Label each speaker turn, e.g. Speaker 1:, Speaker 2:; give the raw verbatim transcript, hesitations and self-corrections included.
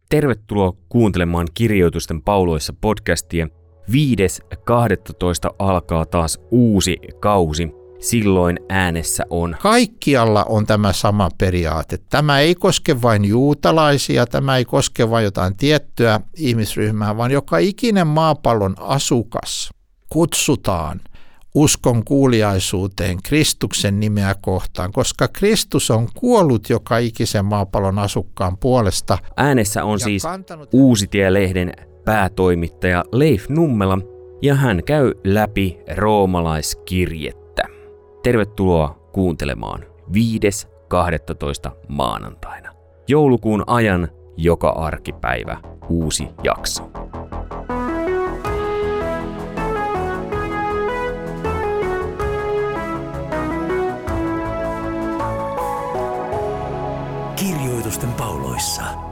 Speaker 1: Tervetuloa kuuntelemaan Kirjoitusten pauloissa podcastia. viides kahdestoista alkaa taas uusi kausi. Silloin äänessä on.
Speaker 2: Kaikkialla on tämä sama periaate. Tämä ei koske vain juutalaisia, tämä ei koske vain jotain tiettyä ihmisryhmää, vaan joka ikinen maapallon asukas kutsutaan uskon kuuliaisuuteen Kristuksen nimeä kohtaan, koska Kristus on kuollut joka ikisen maapallon asukkaan puolesta.
Speaker 1: Äänessä on siis Uusitie-lehden päätoimittaja Leif Nummela, ja hän käy läpi roomalaiskirjettä. Tervetuloa kuuntelemaan viides kahdestoista maanantaina. Joulukuun ajan joka arkipäivä uusi jakso.
Speaker 3: Kirjoitusten pauloissa.